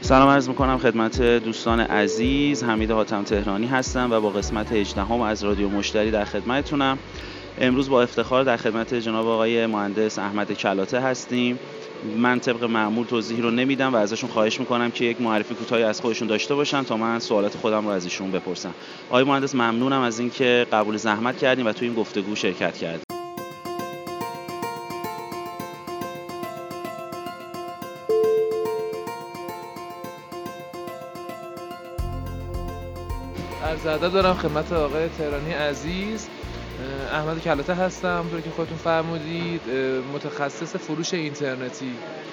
سلام عرض میکنم خدمت دوستان عزیز. حمید حاتم تهرانی هستم و با قسمت 18 از رادیو مشتری در خدمتتونم. امروز با افتخار در خدمت جناب آقای مهندس احمد کلاته هستیم. من طبق معمول توضیحی رو نمیدم و ازشون خواهش میکنم که یک معرفی کوتاهی از خودشون داشته باشن تا من سوالات خودم رو از ایشون بپرسم. آقای مهندس ممنونم از اینکه قبول زحمت کردیم و توی این گفتگو شرکت کردیم. عرض ادب دارم خدمت آقای تهرانی عزیز. احمد کلاته هستم، همونطور که خودتون فرمودید متخصص فروش اینترنتی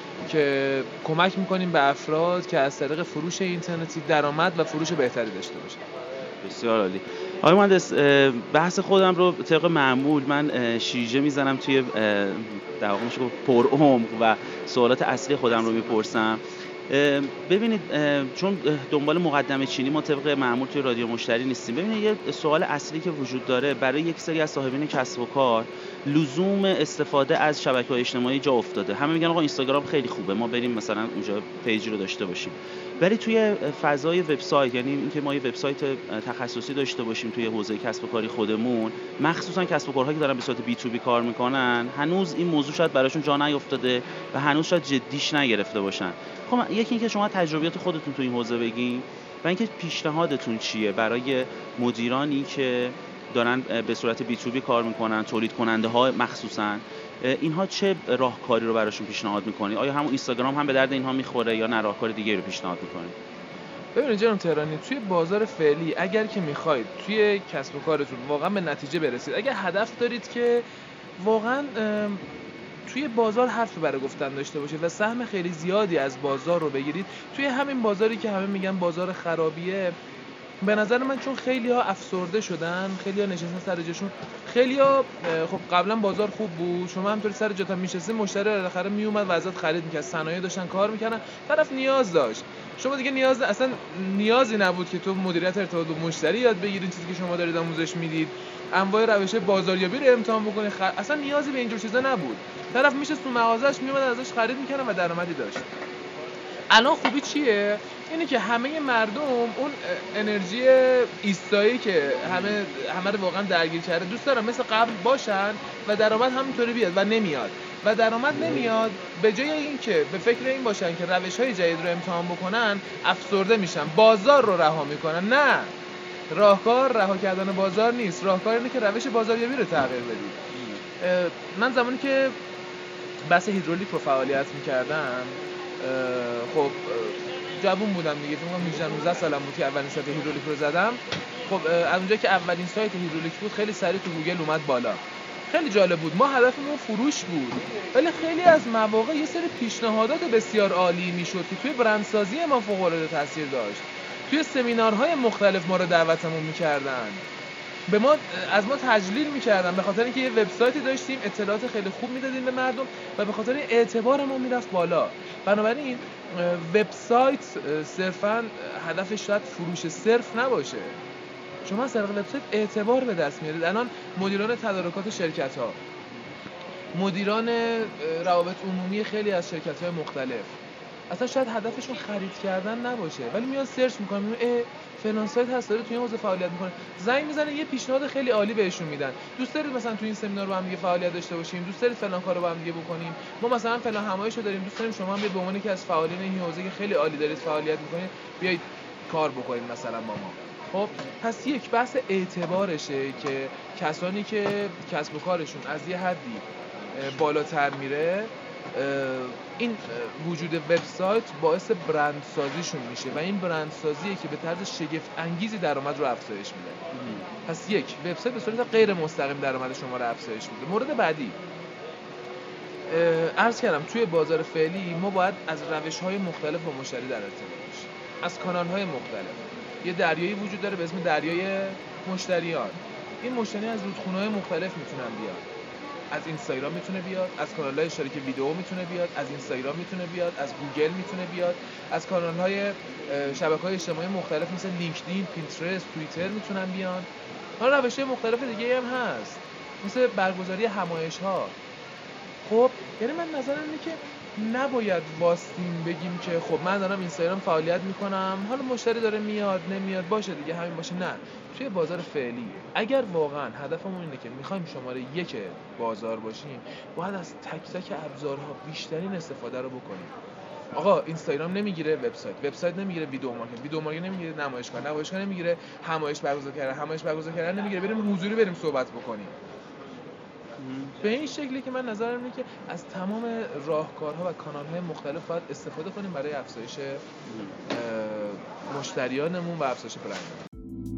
که کمک میکنیم به افراد که از طریق فروش اینترنتی درآمد و فروش بهتری داشته باشن. بسیار عالی. آقای مهندس، بحث خودم رو طبق معمول من شیرجه میزنم توی در واقع میشه پر عمق و سوالات اصلی خودم رو میپرسم. ببینید، چون دنبال مقدمه چینی ما طبق معمول توی رادیو مشتری نیستیم. ببینید، یه سوال اصلی که وجود داره برای یک سری از صاحبین کسب و کار، لزوم استفاده از شبکه‌های اجتماعی جا افتاده. همه میگن آقا اینستاگرام خیلی خوبه، ما بریم مثلا اونجا پیجی رو داشته باشیم. ولی توی فضای وبسایت، یعنی اینکه ما یه وبسایت تخصصی داشته باشیم توی حوزه کسب و کاری خودمون، مخصوصا کسب و کارهایی که دارن به صورت بی تو بی کار میکنن، هنوز این موضوع شاید براشون جا نیافتاده و هنوز شاید جدیش نگرفته باشن. خب یکی اینکه شما تجربیات خودتون تو این حوزه بگین و اینکه پیشنهادتون چیه برای مدیرانی که دارن به صورت بی تو بی کار میکنن، تولید کننده ها مخصوصا، اینها چه راهکاری رو براشون پیشنهاد میکنید؟ آیا همون اینستاگرام هم به درد اینها میخوره یا نه راهکار دیگه رو پیشنهاد میکنید؟ ببینید جناب تهرانی، توی بازار فعلی اگر که میخواید توی کسب و کارتون واقعا به نتیجه برسید، اگر هدف دارید که واقعا توی بازار حرف برای گفتن داشته باشه و سهم خیلی زیادی از بازار رو بگیرید، توی همین بازاری که همه میگن بازار خرابیه، به نظر من چون خیلی‌ها افسرده شدن، خیلی‌ها نشستن سر جاشون، خیلی‌ها خب قبلا بازار خوب بود، شما همونطوری سر جاتون میشستین، مشتری بالاخره میومد و ازت خرید می‌کرد، صنایع داشتن کار می‌کردن، طرف نیاز داشت، شما دیگه اصلا نیازی نبود که تو مدیریت ارتباط با مشتری یاد بگیرید، چیزی که شما دارید آموزش میدید، انواع روش‌های بازاریابی رو امتحان بکنید، اصلا نیازی به اینجور چیزا نبود. طرف میشست تو مغازه‌اش، میومد ازش خرید می‌کردن و درآمدی داشت. الان خوبی چیه؟ اینه که همه مردم اون انرژی ایستایی که همه رو واقعا درگیر کرده دوست دارن مثل قبل باشن و درآمد همینطوری بیاد و نمیاد. و درآمد نمیاد، به جای اینکه به فکر این باشن که روش‌های جدید رو امتحان بکنن، افسرده میشن، بازار رو رها میکنن. نه، راهکار رها کردن بازار نیست، راهکار اینه که روش بازاریابی رو تغییر بدید. من زمانی که بحث هیدرولیک رو فعالیت میکردم، خب جوون بودم دیگه، فکر کنم 18-19 سالم بود که اولین سایت هیدرولیک رو زدم. خب از اونجایی که اولین سایت هیدرولیک بود، خیلی سریع تو گوگل اومد بالا، خیلی جالب بود. ما هدفمون فروش بود، ولی خیلی از مواقع یه سری پیشنهادات بسیار عالی میشد که توی برندسازی ما فوق‌العاده تاثیر داشت. توی سمینارهای مختلف ما رو دعوتمون میکردن، به ما از ما تجلیل میکردن، به خاطر اینکه یه وبسایتی داشتیم، اطلاعات خیلی خوب میدادیم به مردم و به خاطر اعتبارمون میرفت بالا. بنابراین وبسایت صرفاً هدفش شاید فروش صرف نباشه. شما از طریق وبسایت اعتبار به دست میارید. الان مدیران تدارکات شرکت‌ها، مدیران روابط عمومی خیلی از شرکت‌های مختلف، اصلا شاید هدفشون خرید کردن نباشه، ولی میاد سرچ میکنه، میبینه فلان سایت هست داره توی این حوزه فعالیت میکنه، زنگ میزنه، یه پیشنهاد خیلی عالی بهشون میدن. دوست دارید مثلا توی این سمینار با هم دیگه فعالیت داشته باشیم؟ دوست دارید فلان کارو با هم دیگه بکنیم؟ ما مثلا فلان همایشو داریم، دوست داریم شما هم به عنوان یکی از فعالین این حوزه که خیلی عالی دارید فعالیت میکنید بیایید کار بکنید مثلا با ما. خب پس یک بحث اعتبارشه که کسانی که کسب و کارشون از یه حدی بالاتر میره، این وجود وبسایت باعث برندسازیشون میشه و این برندسازیه که به طرز شگفت انگیزی درآمد رو افزایش میده. پس یک وبسایت به صورت غیر مستقیم درآمد شما رو افزایش میده. مورد بعدی، عرض کردم توی بازار فعلی ما باید از روش‌های مختلف با مشتری در ارتباط باشیم، از کانال‌های مختلف. یه دریایی وجود داره به اسم دریای مشتریان. این مشتری از رودخونه‌های مختلف میتونن بیاد، از اینستاگرام میتونه بیاد، از کانال‌های اشتراک ویدیو میتونه بیاد، از اینستاگرام میتونه بیاد، از گوگل میتونه بیاد، از کانال‌های شبکه‌های اجتماعی مختلف مثل لینکدین، پینترست، توییتر میتونن بیان. حالا روش‌های مختلف دیگه هم هست، مثل برگزاری همایش‌ها. خب یعنی من نظرم اینه که نباید باستیم بگیم که خب من دارم اینستاگرام فعالیت میکنم، حالا مشتری داره میاد نمیاد باشه دیگه همین باشه. نه، توی بازار فعلی اگر واقعا هدفمون اینه که میخوایم شماره یک بازار باشیم، باید از تک تک ابزارها بیشترین استفاده رو بکنیم. آقا اینستاگرام نمیگیره وبسایت نمیگیره ویدیو مارکت نمیگیره نمایشگاه نمیگیره همایش برگزار کردن نمیگیره بریم حضوری بریم صحبت بکنیم. به این شکلی که من نظرم اینه که از تمام راهکارها و کانال‌های مختلف باید استفاده کنیم برای افزایش مشتریانمون و افزایش برندمون.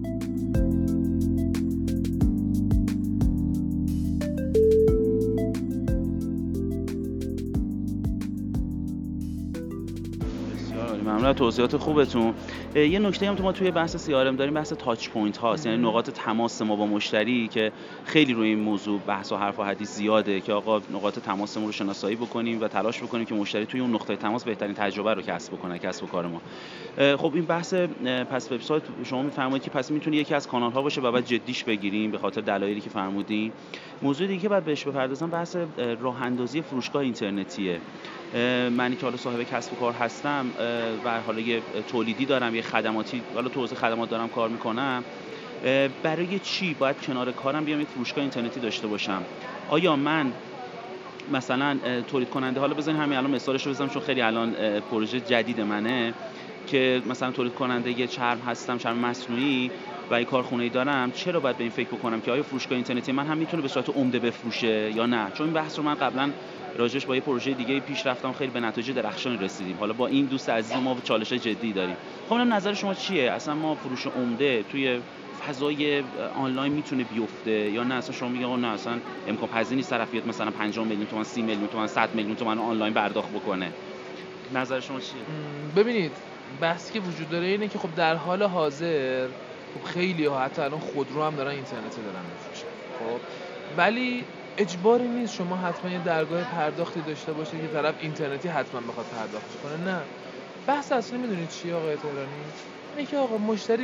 ممنون از توضیحات خوبتون. یه نکته هم تو ما توی بحث CRM داریم، بحث تاچ پوینت هاست، یعنی نقاط تماس ما با مشتری که خیلی روی این موضوع بحث و حرف و حدیث زیاده که آقا نقاط تماسمون رو شناسایی بکنیم و تلاش بکنیم که مشتری توی اون نقطه تماس بهترین تجربه رو کسب بکنه کسب و کار ما. خب این بحث پس وبسایت شما میفرمایید که پس میتونه یکی از کانال ها باشه و بعد جدیش بگیریم به خاطر دلایلی که فرمودین. موضوع دیگه که بعد بهش بپردازم بحث راه اندازی فروشگاه اینترنتیه. منی که حالا صاحب کسب و کار هستم و حالا یه تولیدی دارم، یه خدماتی، حالا تو حوزه خدمات دارم کار میکنم، برای چی باید کنار کارم بیام یک فروشگاه اینترنتی داشته باشم؟ آیا من مثلا تولید کننده، حالا بزنین همین الان مثالش رو بزنم چون خیلی الان پروژه جدید منه که مثلا تولید کننده یه چرم هستم، چرم مصنوعی و یه کارخونه‌ای دارم، چرا باید به این فکر بکنم که آیا فروشگاه اینترنتی من هم میتونه به صورت عمده بفروشه یا نه؟ چون این بحث رو من قبلا راجعش با یه پروژه دیگه پیش رفتم، خیلی به نتایج درخشانی رسیدیم. حالا با این دوست عزیز ما چالش جدی داریم. خب نظر شما چیه؟ اصلا ما فروش عمده توی فضای آنلاین میتونه بیفته یا نه؟ اصلا شما میگید نه اصلا امکان پذیر نیست طرف بیاد مثلا 50 میلیون تومان، 30 میلیون تومان، 100 میلیون تومان آنلاین پرداخت بکنه. نظر شما چیه؟ ببینید بحثی که وجود داره اینه که خب در حال حاضر خب خیلی ها حتی الان خودرو هم دارن اینترنتی دارن میفروشن، خب ولی اجباری نیست شما حتما یه درگاه پرداختی داشته باشید که طرف اینترنتی حتما بخواد پرداخت کنه. نه، بحث اصلا میدونید چیه آقای تهرانی؟ اینه که آقا مشتری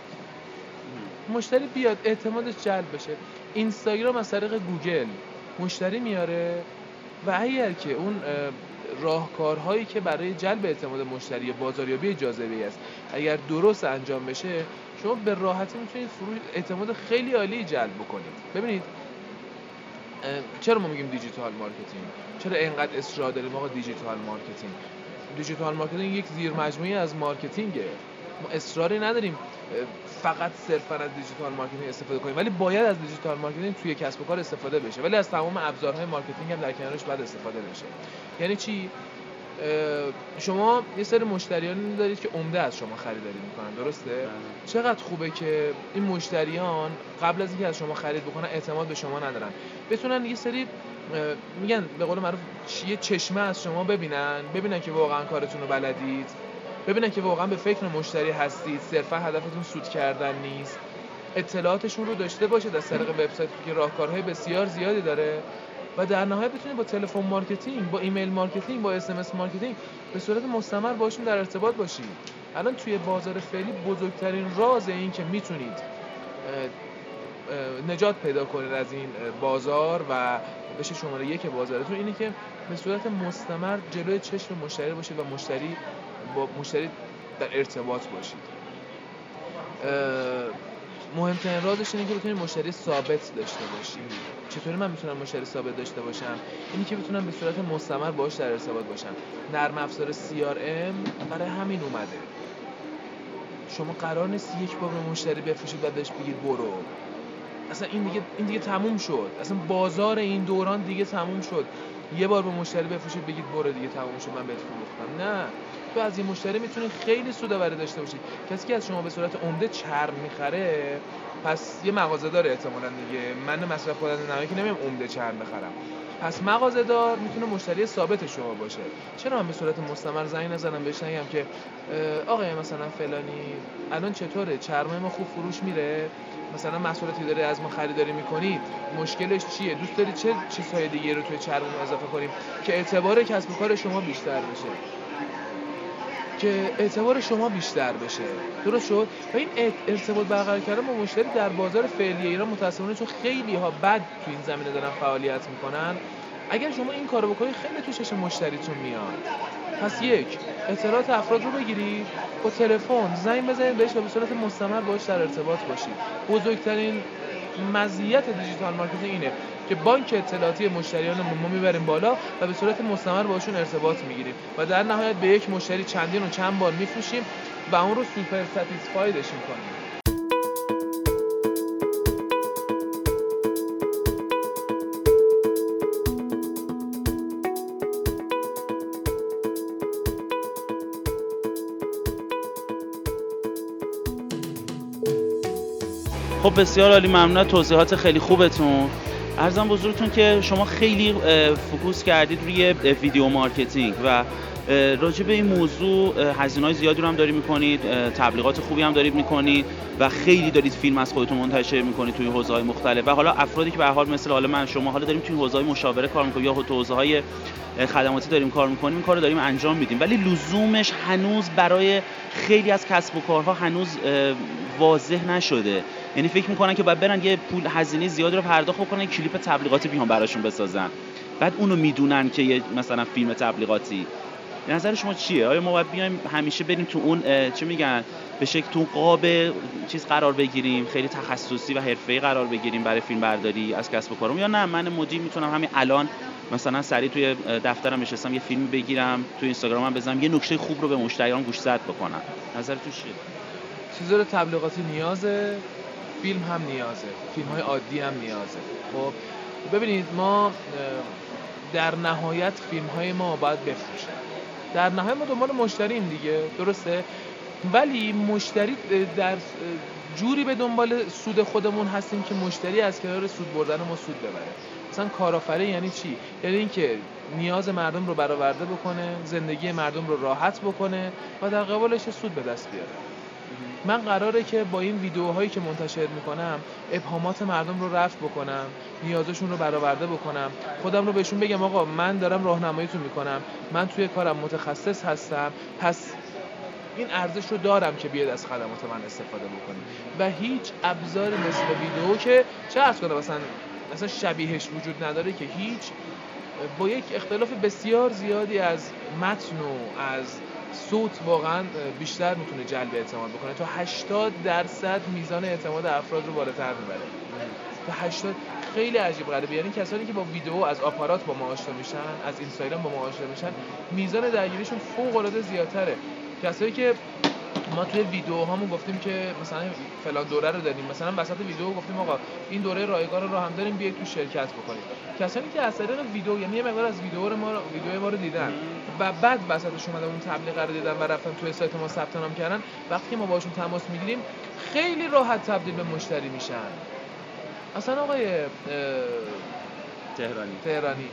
بیاد اعتمادش جلب بشه. اینستاگرام از طریق گوگل مشتری میاره و اگر که اون راهکارهایی که برای جلب اعتماد مشتری بازاریابی جاذبه‌ای است اگر درست انجام بشه، شما به راحتی میتونید اعتماد خیلی عالی جلب بکنید. ببینید چرا ما میگیم دیجیتال مارکتینگ؟ چرا اینقدر اصرار داریم آقا دیجیتال مارکتینگ؟ دیجیتال مارکتینگ یک زیر مجموعه از مارکتینگه. ما اصراری نداریم فقط صرفا از دیجیتال مارکتینگ استفاده کنیم، ولی باید از دیجیتال مارکتینگ توی کسب و کار استفاده بشه، ولی از تمام ابزارهای مارکتینگ هم در کنارش باید استفاده بشه. یعنی چی؟ شما یه سری مشتریانی دارید که عمده از شما خریداری میکنن، درسته؟ چقدر خوبه که این مشتریان قبل از اینکه از شما خرید بکنن اعتماد به شما ندارن، بتونن یه سری میگن به قول معروف یه چشمه از شما ببینن که واقعا کارتون رو بلدید، ببینن که واقعا به فکر مشتری هستید، صرفا هدفتون سود کردن نیست. اطلاعاتشون رو داشته باشید از طریق وبسایت که راهکارهای بسیار زیادی داره و در نهایت بتونید با تلفن مارکتینگ، با ایمیل مارکتینگ، با SMS مارکتینگ به صورت مستمر باشون در ارتباط باشید. الان توی بازار فعلی بزرگترین راز این که میتونید نجات پیدا کنید از این بازار و بشه شماره یک بازارتون اینه که به صورت مستمر جلوی چشم مشتری باشید و با مشتری در ارتباط باشید. مهمترین رازش اینه که بتونید مشتری ثابت داشته باشید. چطوری من میتونم مشتری ثابت داشته باشم؟ اینی که بتونم به صورت مستمر باهاش در ارتباط باشم. نرم افزار CRM برای همین اومده. شما قرار نیست یک بار به مشتری بفروشید و بهش بگید برو. اصلا این دیگه تموم شد. اصلا بازار این دوران دیگه تموم شد. یه بار به مشتری بفروشید بگید برو دیگه تموم شد من بهت فروختم. نه، تو از این مشتری میتونید خیلی سودآوری داشته باشید. کسی که از شما به صورت عمده چرم میخره پس یه مغازه‌دار احتمالاً دیگه. من مصرف کننده نهایی که نمیام عمده چرم بخرم. پس مغازه‌دار میتونه مشتری ثابت شما باشه. چرا من به صورت مستمر زنگ نزنم بهش نگم که آقا مثلا فلانی الان چطوره؟ چرم ما خوب فروش میره؟ مثلا محصولاتی داره از ما خریداری میکنید، مشکلش چیه؟ دوست داری چه چیزهای دیگه رو توی چرم اضافه کنیم که اعتبار کسب و کار شما بیشتر بشه. درست شد؟ و این ارتباط برقرار کردن با مشتری در بازار فعلی ایران متأسفانه چون خیلی ها بد تو این زمینه دارن فعالیت میکنن اگر شما این کارو بکنید خیلی تو چشم مشتریتون میاد. پس یک، اطلاعات افراد رو بگیرید، با تلفن زنگ بزنید بهش و به صورت مستمر باهاش در ارتباط باشید. بزرگترین مزیت دیجیتال مارکتینگ اینه که بانک اطلاعاتی مشتریان ما میبریم بالا و به صورت مستمر باشون ارتباط میگیریم و در نهایت به یک مشتری چندین و چند بار میفروشیم و اون رو سوپر ساتیسفایدش میکنیم. خب بسیار عالی، ممنون از توضیحات خیلی خوبتون. عرضم بزرگتون که شما خیلی فوکوس کردید روی ویدیو مارکتینگ و راجع به این موضوع هزینه‌های زیادی رو هم دارید می‌کنید، تبلیغات خوبی هم دارید می‌کنید و خیلی دارید فیلم از خودتون منتشر می‌کنید توی حوزه‌های مختلف و حالا افرادی که به هر حال مثل حالا من شما حالا داریم توی حوزه‌های مشاوره کار می‌کنیم یا تو حوزه‌های خدماتی داریم کار می‌کنیم، این کارو داریم انجام میدیم، ولی لزومش هنوز برای خیلی از کسب و کارها هنوز واضح نشده. یعنی فکر میکنن که باید برن یه پول هزینه زیادی رو پرداخت بکنن کلیپ تبلیغاتی بیان براشون بسازن، بعد اونو میدونن که یه مثلا فیلم تبلیغاتی. نظر شما چیه؟ آیا ما باید بیایم همیشه بریم تو اون چه میگن به شکل تو قاب چیز قرار بگیریم، خیلی تخصصی و حرفه‌ای قرار بگیریم برای فیلم برداری از کسب و کارم، یا نه من مدیر میتونم همین الان مثلا سریع توی دفترم نشستم یه فیلم بگیرم توی اینستاگرامم بزنم یه نکته خوب رو به مشتریان گوشزد بکنم؟ نظرتون چیه؟ چیزای تبلیغاتی نیازه، فیلم هم نیازه، فیلم‌های عادی هم نیازه. خب ببینید ما در نهایت فیلم‌های ما باید بفروشه. در نهایت ما دنبال مشتریم دیگه، درسته؟ ولی مشتری در جوری به دنبال سود خودمون هستیم که مشتری از کنار سود بردن ما سود ببره. مثلا کارآفرین یعنی چی؟ یعنی اینکه نیاز مردم رو برآورده بکنه، زندگی مردم رو راحت بکنه و در قبالش سود به دست بیاره. من قراره که با این ویدیوهایی که منتشر میکنم ابهامات مردم رو رفع بکنم، نیازشون رو برآورده بکنم، خودم رو بهشون بگم آقا من دارم راهنماییتون میکنم، من توی کارم متخصص هستم، پس این ارزش رو دارم که بیاد از خدمات من استفاده بکنید. و هیچ ابزار مثل ویدیو که چه عرض کنم مثلا شبیهش وجود نداره، که هیچ با یک اختلاف بسیار زیادی از متن و از صوت واقعا بیشتر میتونه جلب اعتماد بکنه، تا 80% میزان اعتماد افراد رو بالاتر میبره. تا 80 خیلی عجیب غریبه. یعنی کسانی که با ویدیو از آپارات با ما آشنا میشن، از اینستاگرام با ما آشنا میشن، میزان درگیریشون فوق العاده زیادتره. کسایی که ما توی ویدیوهامون گفتیم که مثلا فلان دوره رو داریم، مثلا وسط ویدیو گفتیم آقا این دوره رایگان رو هم داریم، بیاید تو شرکت بکنید. کسانی که از طریق ویدیو، یعنی یه مقدار از ویدیو ما رو دیدن و بعد وسطش اومدن اون تبلیغ رو دیدن و رفتن توی سایت ما ثبت نام کردن، وقتی ما باشون تماس میگیریم خیلی راحت تبدیل به مشتری میشن. اصلا آقای تهرانی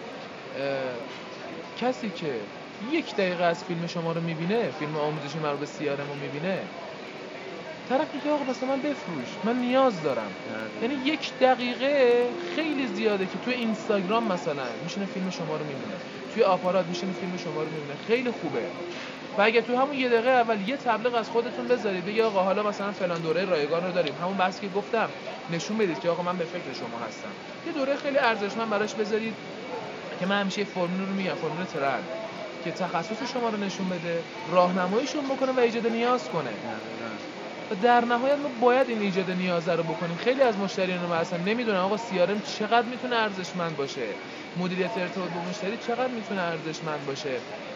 کسی که 1 دقیقه از فیلم شما رو میبینه، فیلم آموزشی مربوط به CRM رو میبینه، طرف میگه آقا مثلا من بفروش، من نیاز دارم. یعنی 1 دقیقه خیلی زیاده که توی اینستاگرام مثلا میشینه فیلم شما رو میبینه، توی آپارات میشینه فیلم شما رو میبینه، خیلی خوبه. و اگه تو همون 1 دقیقه اول یه تبلیغ از خودتون بذارید، بگید آقا حالا مثلا فلان دوره رایگان رو داریم، همون بحثی که گفتم، نشون بدید که آقا من به فکر شما هستم، یه دوره خیلی ارزشمند براش بذارید که من همیشه فرمول رو میگم، فرمول ترند، که تخصص شما رو نشون بده، راهنماییشون بکنه و ایجاد نیاز کنه. و در نهایت ما باید این ایجاد نیاز رو بکنیم. خیلی از مشتریان ما اصلا نمیدونن آقا CRM چقدر میتونه ارزشمند باشه، مدیریت ارتباط با مشتری چقدر میتونه ارزشمند باشه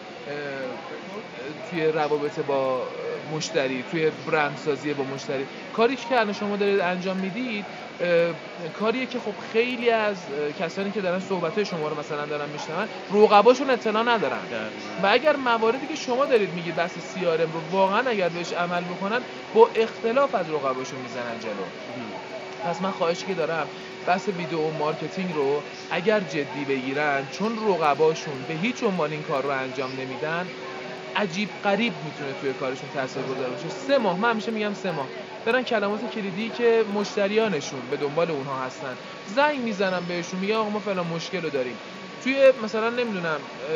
توی روابط با مشتری، توی برندسازی با مشتری. کاری که الان شما دارید انجام میدید کاریه که خب خیلی از کسانی که دارن صحبت‌های شما رو مثلا دارن میشنون رقباشون اطلاع ندارن و اگر مواردی که شما دارید میگید بحث CRM رو واقعا اگر بهش عمل بکنن با اختلاف از رقباشون میزنن جلو. پس من خواهشی که دارم بحث ویدیو مارکتینگ رو اگر جدی بگیرن، چون رقباشون به هیچ عنوان این کار رو انجام نمیدن، عجیب غریب میتونه توی کارشون تاثیرگذار باشه. 3 ماه، من همیشه میگم 3 ماه برن کلمات کلیدی که مشتریانشون به دنبال اونها هستن زنگ میزنن بهشون، میگن آقا ما فلان مشکل رو داریم توی مثلا نمیدونم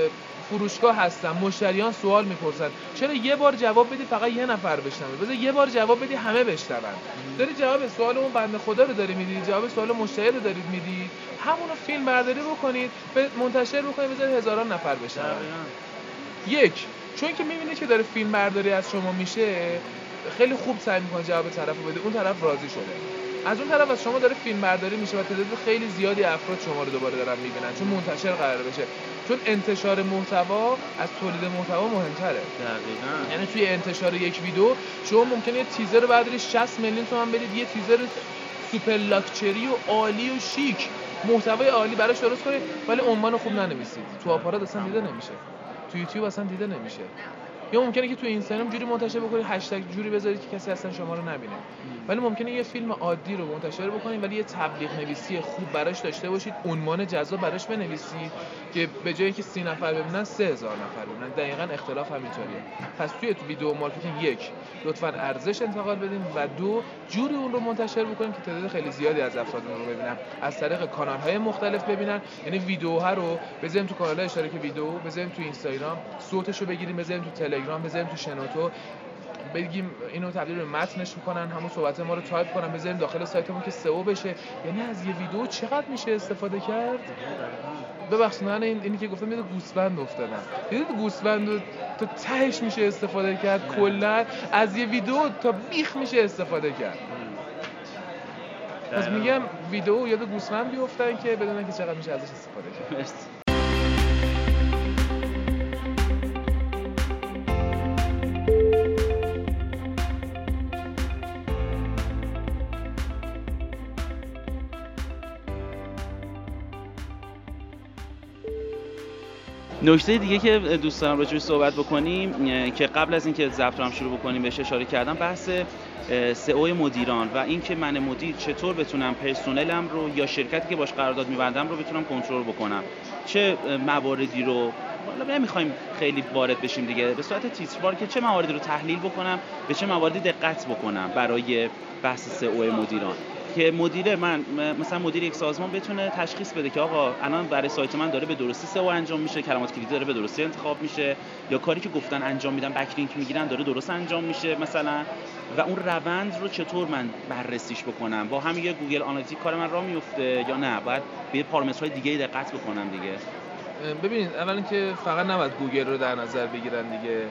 فروشگاه هستن، مشتریان سوال میپرسن، چرا یه بار جواب بدی فقط یه نفر بشنوه؟ بذار یه بار جواب بدی همه بشنون. داری جواب سوال اون بنده خدا رو داری میدی، جواب سوال مشتری رو دارید میدی، همونو فیلم برداری بکنید، منتشر بکنید، بذارید هزاران نفر بشنون. یک، چون که میبینید که داره فیلم برداری از شما میشه، خیلی خوب سعی میکنه جواب طرفو بده، اون طرف راضی شده. از اون طرف از شما داره فیلم برداری میشه و تعداد خیلی زیادی افراد شما رو دوباره دارن میبینن، چون منتشر قراره بشه. چون انتشار محتوا از تولید محتوا مهمتره. دقیقاً. یعنی توی انتشار یک ویدیو شما ممکنه یه تیزر رو بردارید 60 میلیون تومان بدید، یه تیزر سوپر لاکچری و عالی و شیک، محتوای عالی براش درست کنید، ولی عنوان خوب ننویسید. تو آپارات اصلا دیده نمیشه، تو یوتیوب اصلا دیده نمیشه. یا ممکنه که تو اینستاگرام جوری منتشر بکنید، هشتگ جوری بذارید که کسی اصلا شما رو نبینه. ولی ممکنه یه فیلم عادی رو منتشر بکنید ولی یه تبلیغ نویسی خوب براش داشته باشید، عنوان جذاب براش بنویسید که به جای اینکه 30 نفر ببینن 3000 نفر ببینن. دقیقاً اختلاف همینطوریه. پس توی ویدیو مارکتینگ یک، لطفاً ارزش انتقال بدیم و دو، جوری اون رو منتشر بکنیم که تعداد خیلی زیادی از افراد اون رو ببینن، از طریق کانال‌های مختلف ببینن. یعنی ویدیوها رو بذاریم تو کانال‌های اشتراک ویدیو، بذاریم تو اینستاگرام، صوتشو بگیریم بذاریم تو تلگرام، بذاریم تو شنوتو، بگیم اینو تبدیل به متنش میکنن، همون صحبت ما رو تایپ کنن بذاریم داخل سایتمون که سئو بشه. یعنی از یه ویدیو چقدر میشه استفاده کرد؟ ببخشید من اینی که گفتم یه گوسفند افتادم. دیدید گوسفند تا تهش میشه استفاده کرد، کلا از یه ویدیو تا بیخ میشه استفاده کرد. پس میگم ویدیو یاد گوسفند بیافتن که بدونن که چقدر میشه ازش استفاده کرد. مرسی. نکته دیگه که دوست دارم راجعش صحبت بکنیم که قبل از اینکه ضبط رو هم شروع بکنیم بهش اشاره کردم، بحث سئو مدیران و اینکه من مدیر چطور بتونم پرسنلم رو یا شرکتی که باش قرارداد می‌بندم رو بتونم کنترل بکنم، چه مواردی رو، حالا نمی‌خوایم خیلی وارد بشیم دیگه، به صورت تیتروار که چه مواردی رو تحلیل بکنم، به چه مواردی دقت بکنم برای بحث سئو مدیران، که مدیر من مثلا مدیر یک سازمان بتونه تشخیص بده که آقا الان برای سایت من داره به درستی سئو انجام میشه، کلمات کلیدی داره به درستی انتخاب میشه، یا کاری که گفتن انجام میدن بک لینک میگیرن داره درست انجام میشه مثلا، و اون روند رو چطور من بررسیش بکنم. با همین یه گوگل آنالیتیک کار من راه میفته یا نه باید به پارامترهای دیگه دقت بکنم دیگه؟ ببینید اولا که فقط نباید گوگل رو در نظر بگیرن دیگه.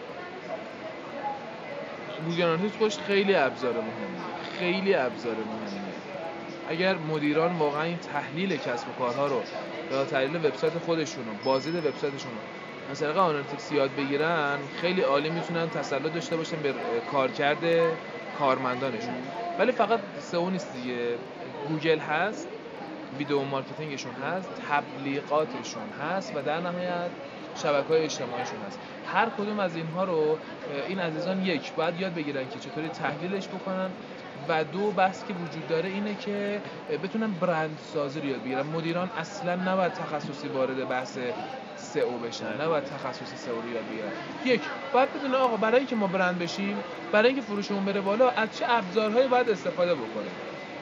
گوگل آنالیتیکس باش خیلی ابزار مهمه، خیلی ابزار مهمه. اگر مدیران واقعا این تحلیل کسب و کارها رو یا تحلیل وبسایت خودشون رو، بازدید وبسایتشون رو از طریق آنالیتیکس یاد بگیرن، خیلی عالی میتونن تسلط داشته باشن به کارکرد کارمندانشون. ولی فقط سئو نیست دیگه، گوگل هست، ویدیو مارکتینگشون هست، تبلیغاتشون هست و در نهایت شبکه‌های اجتماعیشون هست. هر کدوم از اینها رو این عزیزان یک باید یاد بگیرن که چطوری تحلیلش بکنن و دو بحث که وجود داره اینه که بتونن برند سازی رو یاد بگیرن. مدیران اصلا نباید تخصصی وارد بحث سئو بشن، نباید تخصصی سئو رو یاد بگیرن. یک باید بدونه آقا برای اینکه ما برند بشیم، برای اینکه فروشمون بره بالا، از چه ابزارهایی باید استفاده بکنیم،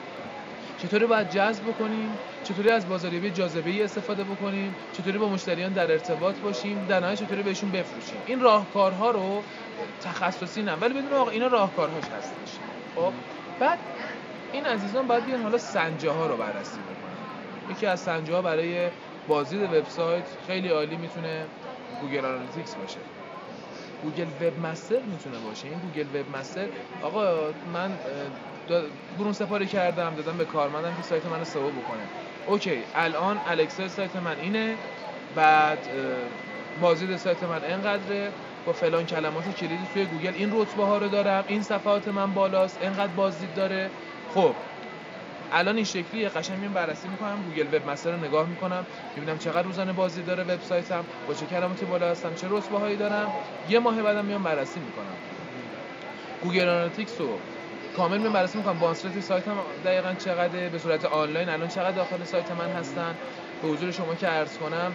چطوری باید جذب بکنیم، چطوری از بازاریابی جاذبه‌ای استفاده بکنیم، چطوری با مشتریان در ارتباط باشیم، در نهایت چطوری بهشون بفروشیم. این راهکارها رو تخصصی نه، ولی بدون آقا اینا راهکارهاش هستش. خب بعد این عزیزان باید بیان حالا سنجه ها رو بررسی بکنن. یکی از سنجه ها برای بازدید وبسایت خیلی عالی میتونه گوگل آنالیتیکس باشه، گوگل وب مستر میتونه باشه. این گوگل وب مستر آقا من برون سپاری کردم دادم به کارمندم که سایت منو سئو بکنه. اوکی الان الکسا سایت من اینه، بعد بازدید سایت من اینقدره، با فلان کلمات کلیدی توی گوگل این رتبه ها رو دارم، این صفحات من بالاست، اینقدر بازدید داره. خب الان این شکلیه، قشنگ میام بررسی میکنم، گوگل وب مستر رو نگاه میکنم، میبینم چقدر روزانه بازدید داره وبسایتم، با چه کلماتی بالا هستم، چه رتبه هایی دارم. یه ماه بعدم میام بررسی میکنم گوگل آنالیتیکس رو کامل میام بررسی میکنم، بانسرت سایتم دقیقاً چقدره، به صورت آنلاین الان چقدر داخل سایت من هستن. به حضور شما که عرض کنم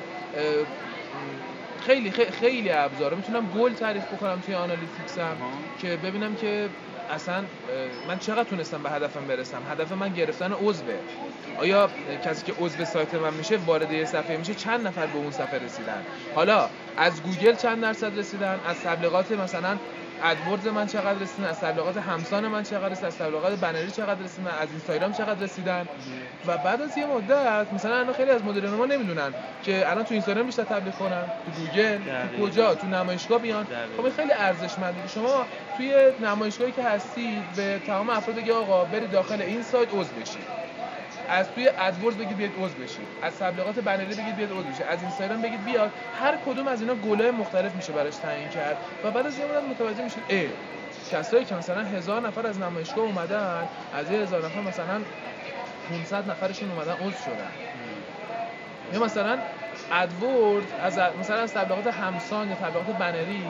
خیلی ابزاره میتونم گل تعریف بکنم توی آنالیتیکسم که ببینم که اصلا من چقدر تونستم به هدفم برسم. هدف من گرفتن عضوه. آیا کسی که عضو سایت من میشه وارد یه صفحه میشه چند نفر به اون صفحه رسیدن؟ حالا از گوگل چند درصد رسیدن؟ از تبلیغات مثلا ادورز من چقدر رسیدن؟ از تبلیغات همسان من چقدر رسیدن؟ از تبلیغات بنری چقدر رسیدن؟ از اینستاگرام چقدر رسیدن؟ و بعد از یه مدت مثلا الان خیلی از مدیران ما نمیدونن که الان تو اینستاگرام بیشتر تبلیغ کنن، تو گوگل، تو کجا، تو نمایشگاه بیان. خب این خیلی ارزشمنده. شما توی نمایشگاهی که هستید به تمام افراد بگید آقا برید داخل این سایت عضو بشید. از توی ادورز بگید بیاید عضو بشید، از تبلیغات بنری بگید بیاید عضو بشید، از اینستاگرام بگید بیاد. هر کدوم از اینا گلای مختلف میشه براش تعیین کرد و بعد از یه مدت متوجه میشید کسایی که مثلا 1000 نفر از نمایشگاه اومدن، از 1000 نفر مثلا 500 نفرشون اومدن عضو شدن. یا مثلا ادورز مثلا از تبلیغات همسان یا تبلیغات بنری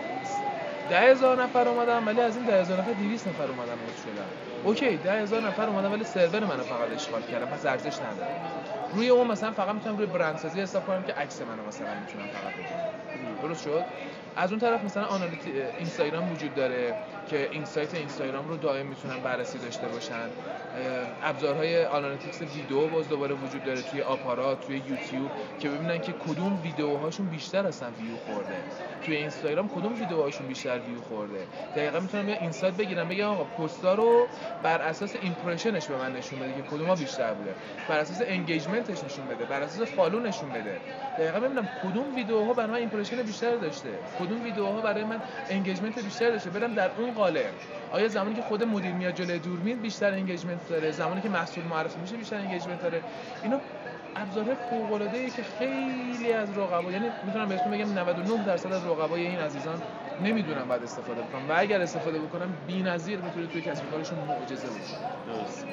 10,000 نفر اومدن ولی از این 10,000 نفر 200 نفر اومدن عضو شدن. اوکی 10,000 نفر اومدن ولی سرور منو فقط اشغال کردن، پس ارزش نداره. روی اون مثلا فقط میتونم روی برندسازی حساب کنم که عکس منو مثلا میتونم فقط بگیرم. درست شد؟ از اون طرف مثلا اینستاگرام وجود داره که این سایت اینستاگرام رو دائم میتونن بررسی داشته باشن. ابزارهای آنالیتیکس ویدیو باز دوباره وجود داره توی آپارات، توی یوتیوب که ببینن که کدوم ویدیوهاشون بیشتر هستن ویو خورده. توی اینستاگرام کدوم ویدیوهاشون بیشتر ویو خورده. دقیقاً میتونن یه اینسایت بگیرن بگن آقا پست‌ها رو بر اساس ایمپرشنش به من نشون بده که کدوم‌ها بیشتر بوده. بر اساس انگیجمنتش نشون بده، بر اساس فالو نشون بده. دقیقاً ببینم کدوم ویدیوها برای من ایمپرشن بیشتر داشته، کدوم ویدیوها برای من انگیجمنت بیشتر داشته. برم در اون قالب. آیا زمانی که خود مدیر میاد جلوی دوربین بیشتر انگیجمنت داره، زمانی که محصول معرفی میشه بیشتر انگیجمنت داره؟ اینا ابزارهای فوق‌العاده‌ای که خیلی از رقبا، یعنی میتونم بهتون بگم 99% از رقبای این عزیزان نمیدونن بعد استفاده بکنن و اگر استفاده بکنن بی‌نظیر میتونه توی کسب و کارشون معجزه بکنه. درست.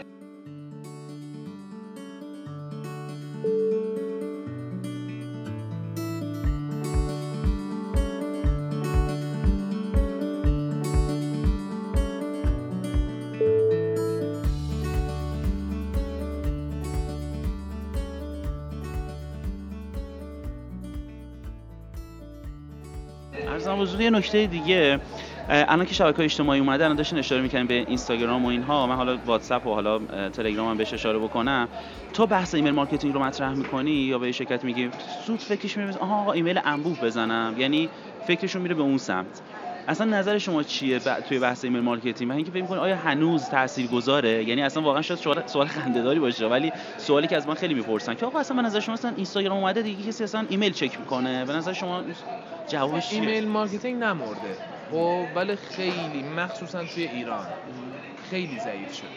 ارزم حضور یه نکته دیگه، الان که شبکه‌های اجتماعی اومدن الان داشتین اشاره می‌کنین به اینستاگرام و اینها، من حالا واتساپ و حالا تلگرام هم بهش اشاره بکنم. تو بحث ایمیل مارکتینگ رو مطرح می‌کنی یا به شرکت میگی زود فکرش میاد آها ایمیل انبوه بزنم، یعنی فکرشون میره به اون سمت. اصلا نظر شما چیه توی بحث ایمیل مارکتینگ؟ من اینکه فکر می‌کنم آیا هنوز تاثیرگذاره؟ یعنی اصلا واقعا شاید سوال خنده‌داری باشه ولی سوالی که از من خیلی می‌پرسن که آقا اصلا به نظر شما اصلا اینستاگرام اومده دیگه کسی اصلا ایمیل چک می‌کنه، به نظر شما جوابش چیه؟ ایمیل مارکتینگ نمرده خب ولی خیلی مخصوصا توی ایران خیلی ضعیف شده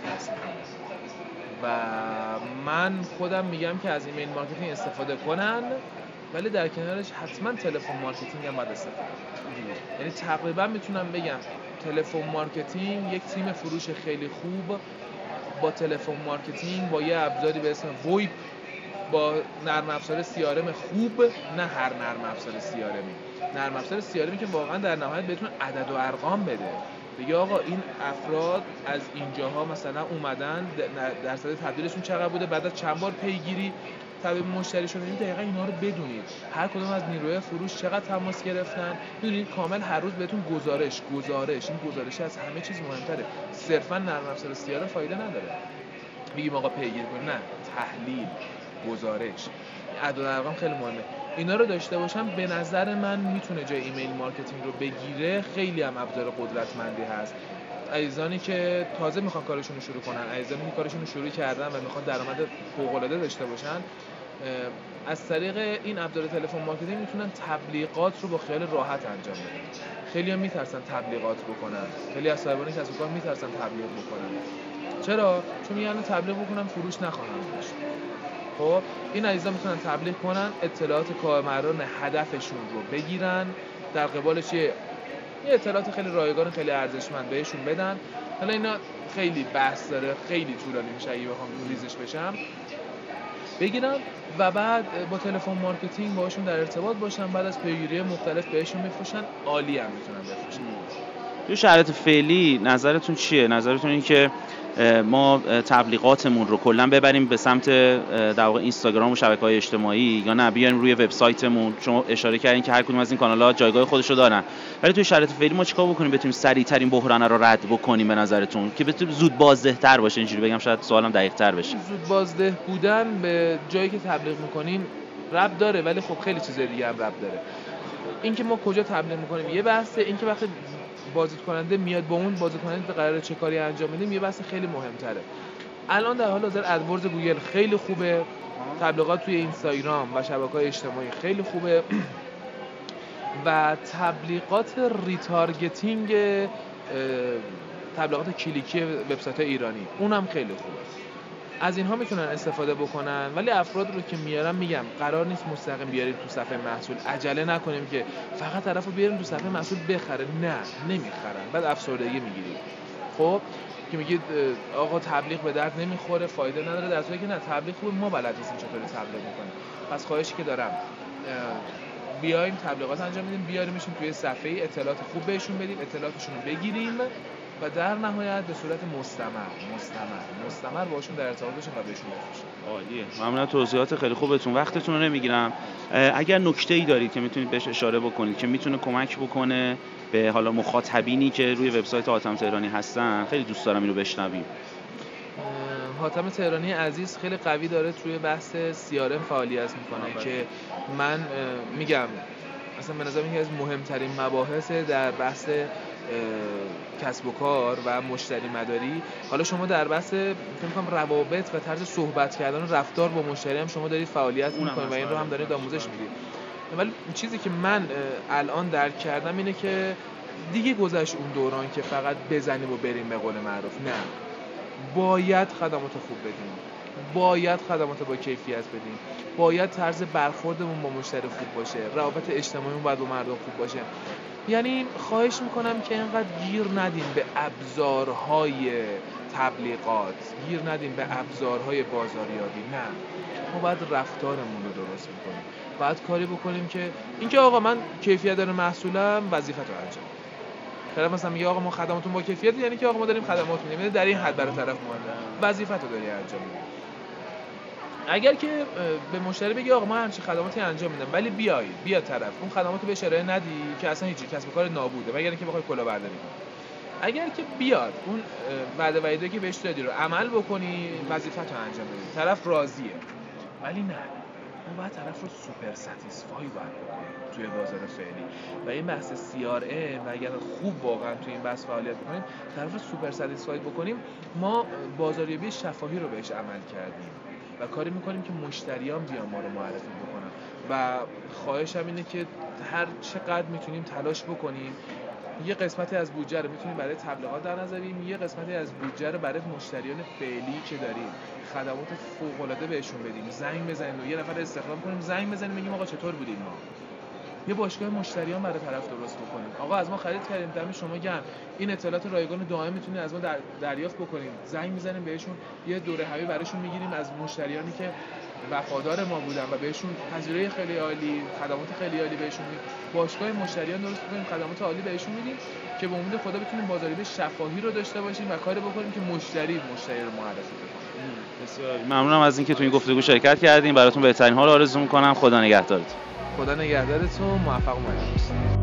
و من خودم میگم که از ایمیل مارکتینگ استفاده کنن ولی در کنارش حتما تلفن مارکتینگ هم باید استفاده کنن. یعنی تقریبا میتونم بگم تلفن مارکتینگ یک تیم فروش خیلی خوب با تلفن مارکتینگ با یه ابزاری به اسم وایپ با نرم افزار CRM خوب، نه هر نرم افزار CRM، نرم افزار CRM که واقعا در نهایت بهتون عدد و ارقام بده، بگه آقا این افراد از اینجاها مثلا اومدن درصد تبدیلشون چقدر بوده، بعد از چند بار پیگیری تبدیل مشتری شدن. این دقیقاً اینا رو بدونید، هر کدوم از نیروی فروش چقدر تماس گرفتن، میدونید کامل هر روز بهتون گزارش این گزارش از همه چیز مهمتره. صرفا نرم افزار CRM فایده نداره بگیم آقا پیگیری کنید، نه، تحلیل، گزارش، اعداد و ارقام خیلی مهمه. اینا رو داشته باشم به نظر من میتونه جای ایمیل مارکتینگ رو بگیره. خیلی هم ابزار قدرتمندی هست. عزیزانی که تازه میخوان کارشون رو شروع کنن، عزیزانی که کارشون رو شروع کردن و میخوان درآمد فوق‌العاده داشته باشن، از طریق این ابزار تلفن مارکتینگ میتونن تبلیغات رو با خیال راحت انجام بدن. خیلی هم میترسن تبلیغات بکنن، خیلی از صاحبان کسب و کار میترسن تبلیغ بکنن. چرا؟ چون میگن تبلیغ بکنم فروش نخواهم داشت. خب این عزیزا میتونن تبلیغ کنن، اطلاعات کاربران هدفشون رو بگیرن، در قبالش یه اطلاعات خیلی رایگان خیلی ارزشمند بهشون بدن. حالا اینا خیلی بحث داره، خیلی طولانی میشه اگه بخوام ریزش بشم، بگیرن و بعد با تلفن مارکتینگ باشون در ارتباط باشن، بعد از پیگیری مختلف بهشون میفروشن، عالی هم میتونن بفروشن. تو شرایط فعلی نظرتون چیه؟ نظرتون این که ما تبلیغاتمون رو کلا ببریم به سمت در واقع اینستاگرام و شبکه‌های اجتماعی، یا نه بیایم روی وبسایتمون؟ شما اشاره کردین که هر کدوم از این کانال‌ها جایگاه خودشو دارن، ولی توی شرایط فعلی ما چیکار بکنیم بتونیم سریع‌ترین بحران رو رد بکنیم به نظرتون، که بتونه زود بازده‌تر باشه؟ اینجوری بگم شاید سوالم دقیق‌تر بشه. زود بازده بودن به جایی که تبلیغ می‌کنیم ربط داره، ولی خب خیلی چیزای دیگه هم ربط داره. اینکه ما کجا تبلیغ می‌کنیم یه بحثه، اینکه وقتی بازدید کننده میاد با اون بازدید کننده قراره چه کاری انجام بدیم یه بحث خیلی مهم‌تره. الان در حال حاضر ادورز گوگل خیلی خوبه، تبلیغات توی اینستاگرام و شبکه‌های اجتماعی خیلی خوبه و تبلیغات ریتارگتینگ تبلیغات کلیکی وبسایت‌های ایرانی اونم خیلی خوبه. از اینها میتونن استفاده بکنن، ولی افراد رو که میارم میگم قرار نیست مستقیم بیارید تو صفحه محصول. عجله نکنیم که فقط طرفو بیاریم تو صفحه محصول بخره، نه نمیخرن، بعد افسردگی میگیرید. خب که میگید آقا تبلیغ به درد نمیخوره، فایده نداره، در صورتی که نه، تبلیغ خوبه، ما بلد نیستیم چطوری تبلیغ میکنیم. پس خواهشی که دارم بیایم تبلیغات انجام بدیم، بیاریمشون توی صفحه، اطلاعات خوب بهشون بدیم، اطلاعاتشون رو بگیریم و در نهایت به صورت مستمر باشون در ارتباط باشیم و بهشون بفروشیم. عالیه، ممنون. توضیحات خیلی خوبتون. وقتتون رو نمیگیرم. اگر نکته‌ای دارید که میتونید بهش اشاره بکنید که میتونه کمک بکنه به حالا مخاطبینی که روی وبسایت حاتم تهرانی هستن، خیلی دوست دارم اینو بشنویم. حاتم تهرانی عزیز خیلی قوی داره توی بحث CRM فعالیت میکنه که من میگم اصلا به نظر میاد از مهمترین مباحث در بحث کسب و کار و مشتری مداری. حالا شما در بحث فکر می‌کنم روابط و طرز صحبت کردن و رفتار با مشتری هم شما دارید فعالیت میکنید و این رو هم دارید آموزش میدید. ولی چیزی که من الان درک کردم اینه که دیگه گذشت اون دوران که فقط بزنیم و بریم به قول معروف. نه، باید خدمات خوب بدیم، باید خدمات با کیفیت بدیم، باید طرز برخوردمون با مشتری خوب باشه، روابط اجتماعیمون باید با مردم خوب باشه. یعنی خواهش میکنم که اینقدر گیر ندیم به ابزارهای تبلیغات، گیر ندیم به ابزارهای بازاریابی. نه، ما باید رفتارمون رو درست بکنیم، باید کاری بکنیم که اینکه آقا من کیفیت داره محصولم، وظیفت رو انجام. طرف مثلا میگه آقا ما خدماتون با کیفیت، یعنی که آقا ما داریم خدمات میدیم، یعنی در این حد برای طرف مهمه، وظیفت رو داری انجام میدی. اگر که به مشتری بگی آقا ما همچین خدماتی انجام میدم، ولی بیا طرف اون خدماتو به ارائه ندی که اصلا هیچ کسب و کار نابوده، مگر اینکه بخوای کلاهبرداری کنی. اگر که بیاد اون وعده وعیدی که بهش دادی رو عمل بکنی، وظیفت رو انجام بدی، طرف راضیه. ولی نه، ما باید طرف رو سوپر ساتیسفای باید بکنیم توی بازار فعلی و این بحث CRM و اگر خوب واقعا توی این بحث فعالیت بکنیم، طرف رو سوپر ساتیسفای بکنیم، ما بازاریابی شفاهی رو بهش عمل کردیم و کاری میکنیم که مشتریان بیان ما رو معرفی بکنن و خواهشم اینه که هر چقدر میتونیم تلاش بکنیم یه قسمتی از بودجه رو میتونیم برای تبلیغات در نظر بگیریم، یه قسمتی از بودجه رو برای مشتریان فعلی که داریم خدمات فوق العاده بهشون بدیم، زنگ بزنیم و یه نفر استخدام کنیم، زنگ بزنیم بگیم آقا چطور بودیم، ما یه باشگاه مشتریان برای طرف درست بکنیم، آقا از ما خرید کردیم دم شما گرم، این اطلاعات رایگان دائم میتونید از ما دریافت بکنیم، زنگ میزنیم بهشون، یه دوره هوایی براشون میگیریم از مشتریانی که وفادار ما بودن و بهشون پذیرایی خیلی عالی، خدمات خیلی عالی بهشون میدیم، باشگاه مشتریان درست بکنیم، خدمات عالی بهشون میدیم که به امید خدا بتونیم بازاریابی شفاهی رو داشته باشیم و کاری بکنیم که مشتری رو معرفی کنه. بسیار ممنونم از اینکه تو این گفتگو شرکت کردین. براتون بهترین ها رو آرزو میکنم. خدا نگهدارتون. خدا نگهدارتون. موفق و موفق باشید.